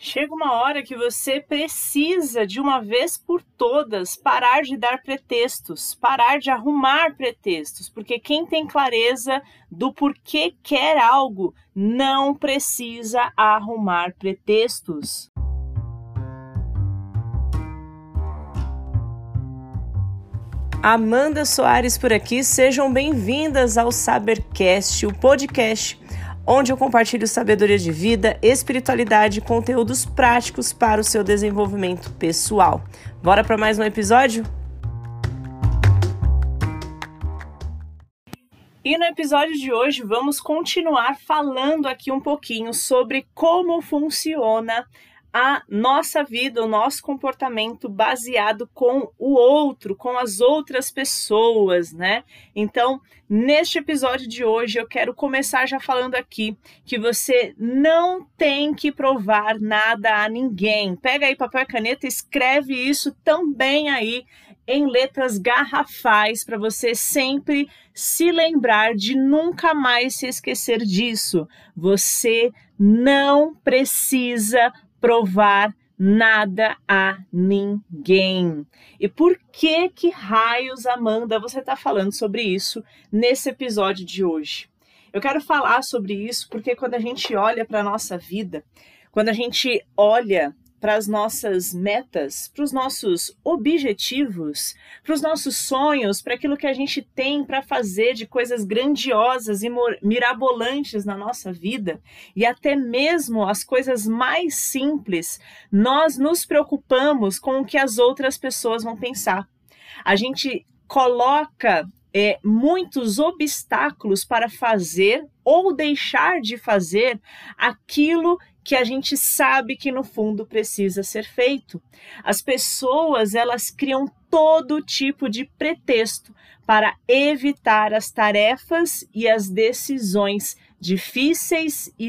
Chega uma hora que você precisa, de uma vez por todas, parar de dar pretextos, parar de arrumar pretextos, porque quem tem clareza do porquê quer algo não precisa arrumar pretextos. Amanda Soares por aqui, sejam bem-vindas ao Sabercast, o podcast onde eu compartilho sabedoria de vida, espiritualidade e conteúdos práticos para o seu desenvolvimento pessoal. Bora para mais um episódio? E no episódio de hoje vamos continuar falando aqui um pouquinho sobre como funciona a nossa vida, o nosso comportamento baseado com o outro, com as outras pessoas, né? Então, neste episódio de hoje, eu quero começar já falando aqui que você não tem que provar nada a ninguém. Pega aí papel e caneta, escreve isso também aí em letras garrafais para você sempre se lembrar de nunca mais se esquecer disso. Você não precisa provar nada a ninguém. E por que raios, Amanda, você está falando sobre isso nesse episódio de hoje? Eu quero falar sobre isso porque quando a gente olha para a nossa vida, quando a gente olha para as nossas metas, para os nossos objetivos, para os nossos sonhos, para aquilo que a gente tem para fazer de coisas grandiosas e mirabolantes na nossa vida, e até mesmo as coisas mais simples, nós nos preocupamos com o que as outras pessoas vão pensar. A gente coloca muitos obstáculos para fazer ou deixar de fazer aquilo que a gente sabe que no fundo precisa ser feito. As pessoas, elas criam todo tipo de pretexto para evitar as tarefas e as decisões difíceis e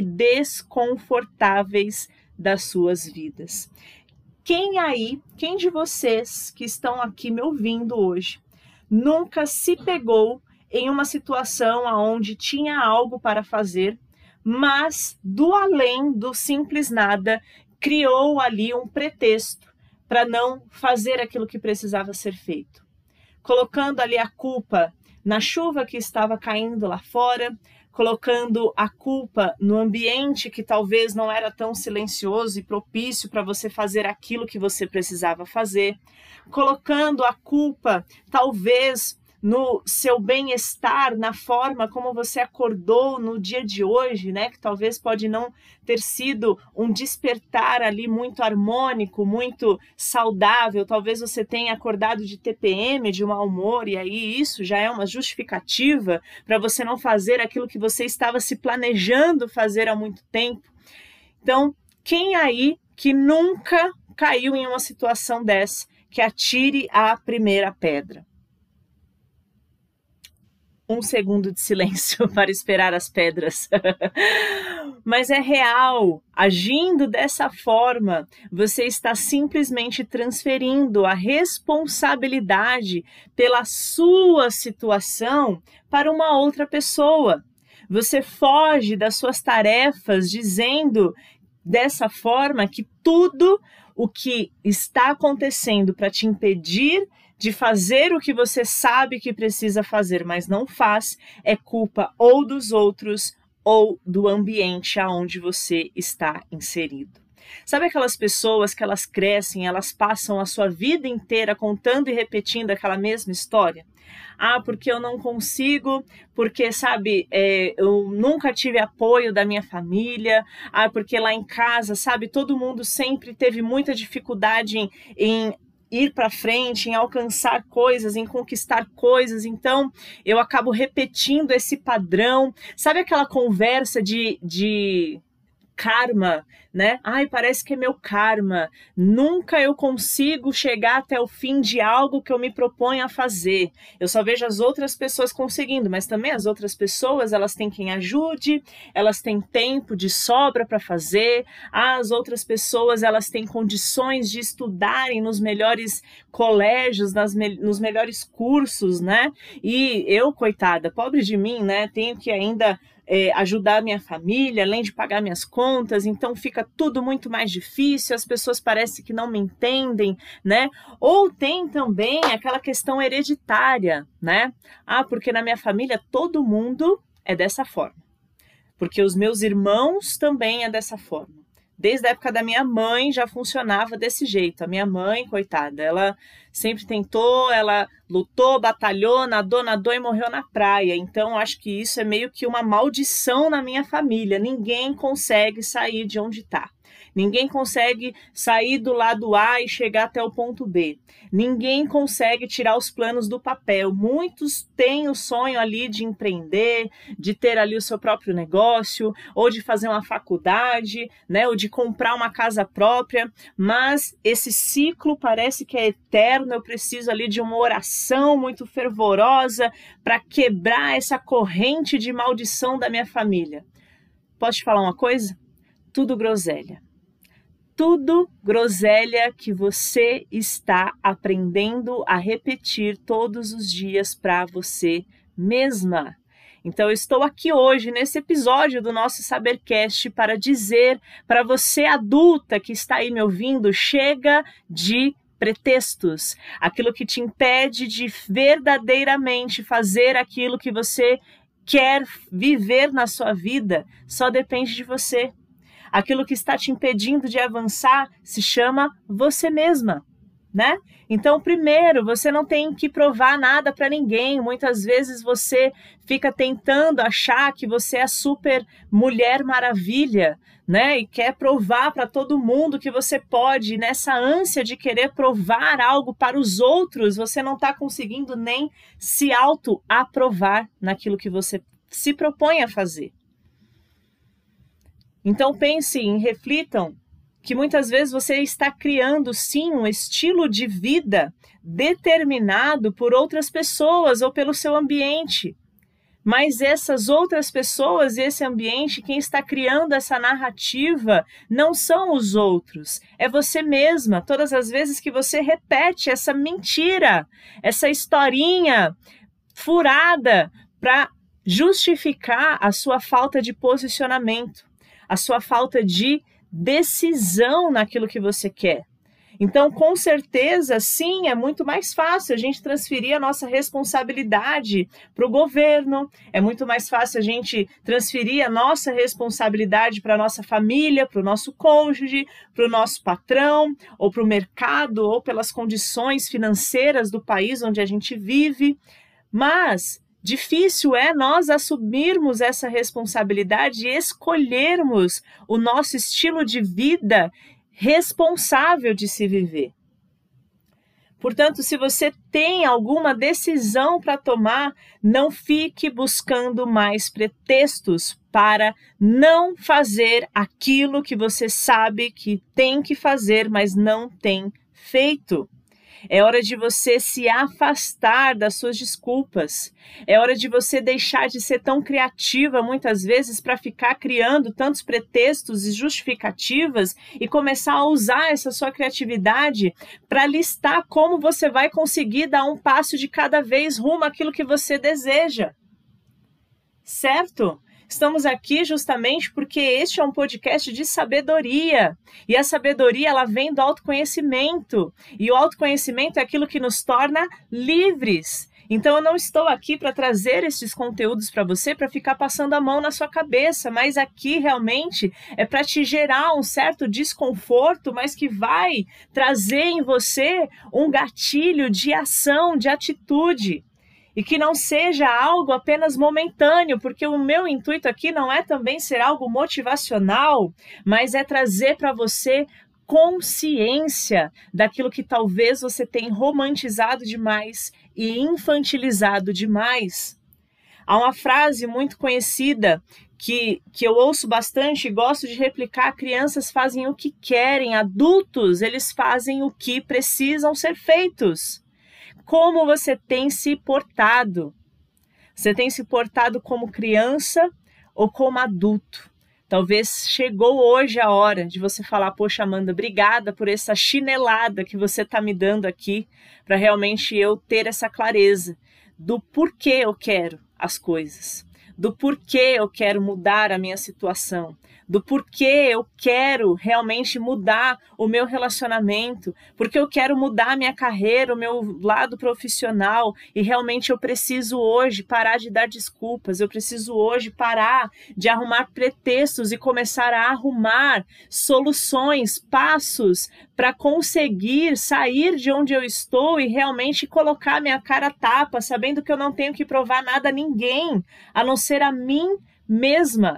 desconfortáveis das suas vidas. Quem de vocês que estão aqui me ouvindo hoje, nunca se pegou em uma situação onde tinha algo para fazer, mas do além do simples nada, criou ali um pretexto para não fazer aquilo que precisava ser feito, colocando ali a culpa na chuva que estava caindo lá fora, colocando a culpa no ambiente que talvez não era tão silencioso e propício para você fazer aquilo que você precisava fazer, colocando a culpa talvez no seu bem-estar, na forma como você acordou no dia de hoje, né? Que talvez pode não ter sido um despertar ali muito harmônico, muito saudável. Talvez você tenha acordado de TPM, de mau humor, e aí isso já é uma justificativa para você não fazer aquilo que você estava se planejando fazer há muito tempo. Então, quem aí que nunca caiu em uma situação dessa, que atire a primeira pedra? Um segundo de silêncio para esperar as pedras. Mas é real, agindo dessa forma, você está simplesmente transferindo a responsabilidade pela sua situação para uma outra pessoa. Você foge das suas tarefas dizendo dessa forma que tudo o que está acontecendo para te impedir de fazer o que você sabe que precisa fazer, mas não faz, é culpa ou dos outros ou do ambiente aonde você está inserido. Sabe aquelas pessoas que elas crescem, elas passam a sua vida inteira contando e repetindo aquela mesma história? Ah, porque eu não consigo, porque, sabe, eu nunca tive apoio da minha família, porque lá em casa, sabe, todo mundo sempre teve muita dificuldade em ir para frente, em alcançar coisas, em conquistar coisas, então eu acabo repetindo esse padrão. Sabe aquela conversa de karma, né? Ai, parece que é meu karma. Nunca eu consigo chegar até o fim de algo que eu me proponho a fazer. Eu só vejo as outras pessoas conseguindo, mas também as outras pessoas, elas têm quem ajude, elas têm tempo de sobra para fazer, as outras pessoas, elas têm condições de estudarem nos melhores colégios, nos melhores cursos, né? E eu, coitada, pobre de mim, né? Tenho que ainda ajudar a minha família, além de pagar minhas contas, então fica tudo muito mais difícil, as pessoas parecem que não me entendem, né? Ou tem também aquela questão hereditária, né? Porque na minha família todo mundo é dessa forma, porque os meus irmãos também é dessa forma. Desde a época da minha mãe já funcionava desse jeito. A minha mãe, coitada, ela sempre tentou, ela lutou, batalhou, nadou e morreu na praia. Então, acho que isso é meio que uma maldição na minha família. Ninguém consegue sair de onde está. Ninguém consegue sair do lado A e chegar até o ponto B. Ninguém consegue tirar os planos do papel. Muitos têm o sonho ali de empreender, de ter ali o seu próprio negócio, ou de fazer uma faculdade, né, ou de comprar uma casa própria, mas esse ciclo parece que é eterno. Eu preciso ali de uma oração muito fervorosa para quebrar essa corrente de maldição da minha família. Posso te falar uma coisa? Tudo groselha. Tudo groselha que você está aprendendo a repetir todos os dias para você mesma. Então, eu estou aqui hoje, nesse episódio do nosso Sabercast, para dizer para você adulta que está aí me ouvindo, chega de pretextos. Aquilo que te impede de verdadeiramente fazer aquilo que você quer viver na sua vida, só depende de você. Aquilo que está te impedindo de avançar se chama você mesma, né? Então, primeiro, você não tem que provar nada para ninguém. Muitas vezes você fica tentando achar que você é super mulher maravilha, né? E quer provar para todo mundo que você pode. Nessa ânsia de querer provar algo para os outros, você não está conseguindo nem se auto-aprovar naquilo que você se propõe a fazer. Então pensem, reflitam que muitas vezes você está criando sim um estilo de vida determinado por outras pessoas ou pelo seu ambiente. Mas essas outras pessoas e esse ambiente, quem está criando essa narrativa não são os outros, é você mesma. Todas as vezes que você repete essa mentira, essa historinha furada para justificar a sua falta de posicionamento, a sua falta de decisão naquilo que você quer. Então, com certeza, sim, é muito mais fácil a gente transferir a nossa responsabilidade para o governo, é muito mais fácil a gente transferir a nossa responsabilidade para a nossa família, para o nosso cônjuge, para o nosso patrão, ou para o mercado, ou pelas condições financeiras do país onde a gente vive. Mas difícil é nós assumirmos essa responsabilidade e escolhermos o nosso estilo de vida responsável de se viver. Portanto, se você tem alguma decisão para tomar, não fique buscando mais pretextos para não fazer aquilo que você sabe que tem que fazer, mas não tem feito. É hora de você se afastar das suas desculpas. É hora de você deixar de ser tão criativa muitas vezes para ficar criando tantos pretextos e justificativas e começar a usar essa sua criatividade para listar como você vai conseguir dar um passo de cada vez rumo àquilo que você deseja. Certo? Estamos aqui justamente porque este é um podcast de sabedoria. E a sabedoria, ela vem do autoconhecimento. E o autoconhecimento é aquilo que nos torna livres. Então, eu não estou aqui para trazer esses conteúdos para você, para ficar passando a mão na sua cabeça, mas aqui realmente é para te gerar um certo desconforto, mas que vai trazer em você um gatilho de ação, de atitude. E que não seja algo apenas momentâneo, porque o meu intuito aqui não é também ser algo motivacional, mas é trazer para você consciência daquilo que talvez você tenha romantizado demais e infantilizado demais. Há uma frase muito conhecida que eu ouço bastante e gosto de replicar: crianças fazem o que querem, adultos eles fazem o que precisam ser feitos. Como você tem se portado? Você tem se portado como criança ou como adulto? Talvez chegou hoje a hora de você falar: poxa, Amanda, obrigada por essa chinelada que você está me dando aqui, para realmente eu ter essa clareza do porquê eu quero as coisas, do porquê eu quero mudar a minha situação, do porquê eu quero realmente mudar o meu relacionamento, porque eu quero mudar a minha carreira, o meu lado profissional, e realmente eu preciso hoje parar de dar desculpas, eu preciso hoje parar de arrumar pretextos e começar a arrumar soluções, passos para conseguir sair de onde eu estou e realmente colocar minha cara a tapa, sabendo que eu não tenho que provar nada a ninguém, a não ser a mim mesma.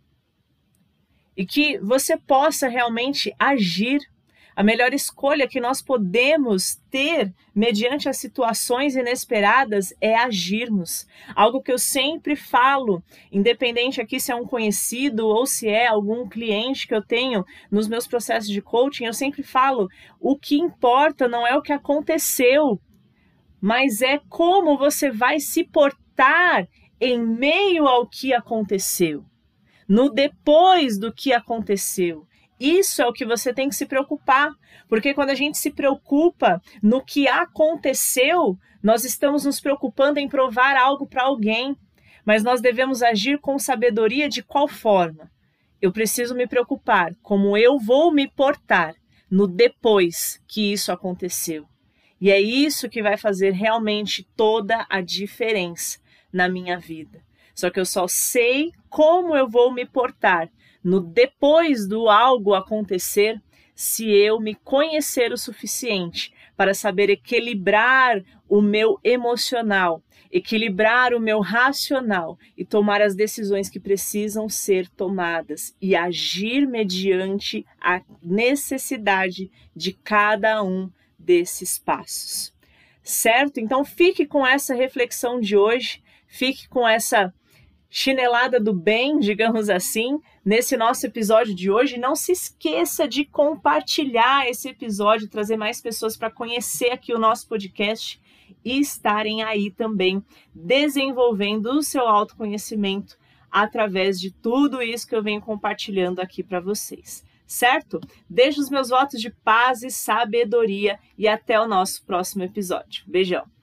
E que você possa realmente agir. A melhor escolha que nós podemos ter mediante as situações inesperadas é agirmos. Algo que eu sempre falo, independente aqui se é um conhecido ou se é algum cliente que eu tenho nos meus processos de coaching, eu sempre falo, o que importa não é o que aconteceu, mas é como você vai se portar em meio ao que aconteceu. No depois do que aconteceu. Isso é o que você tem que se preocupar, porque quando a gente se preocupa no que aconteceu, nós estamos nos preocupando em provar algo para alguém, mas nós devemos agir com sabedoria. De qual forma? Eu preciso me preocupar como eu vou me portar no depois que isso aconteceu. E é isso que vai fazer realmente toda a diferença na minha vida. Só que eu só sei como eu vou me portar no depois do algo acontecer se eu me conhecer o suficiente para saber equilibrar o meu emocional, equilibrar o meu racional e tomar as decisões que precisam ser tomadas e agir mediante a necessidade de cada um desses passos. Certo? Então fique com essa reflexão de hoje, fique com essa chinelada do bem, digamos assim, nesse nosso episódio de hoje. Não se esqueça de compartilhar esse episódio, trazer mais pessoas para conhecer aqui o nosso podcast e estarem aí também desenvolvendo o seu autoconhecimento através de tudo isso que eu venho compartilhando aqui para vocês. Certo? Deixo os meus votos de paz e sabedoria e até o nosso próximo episódio. Beijão!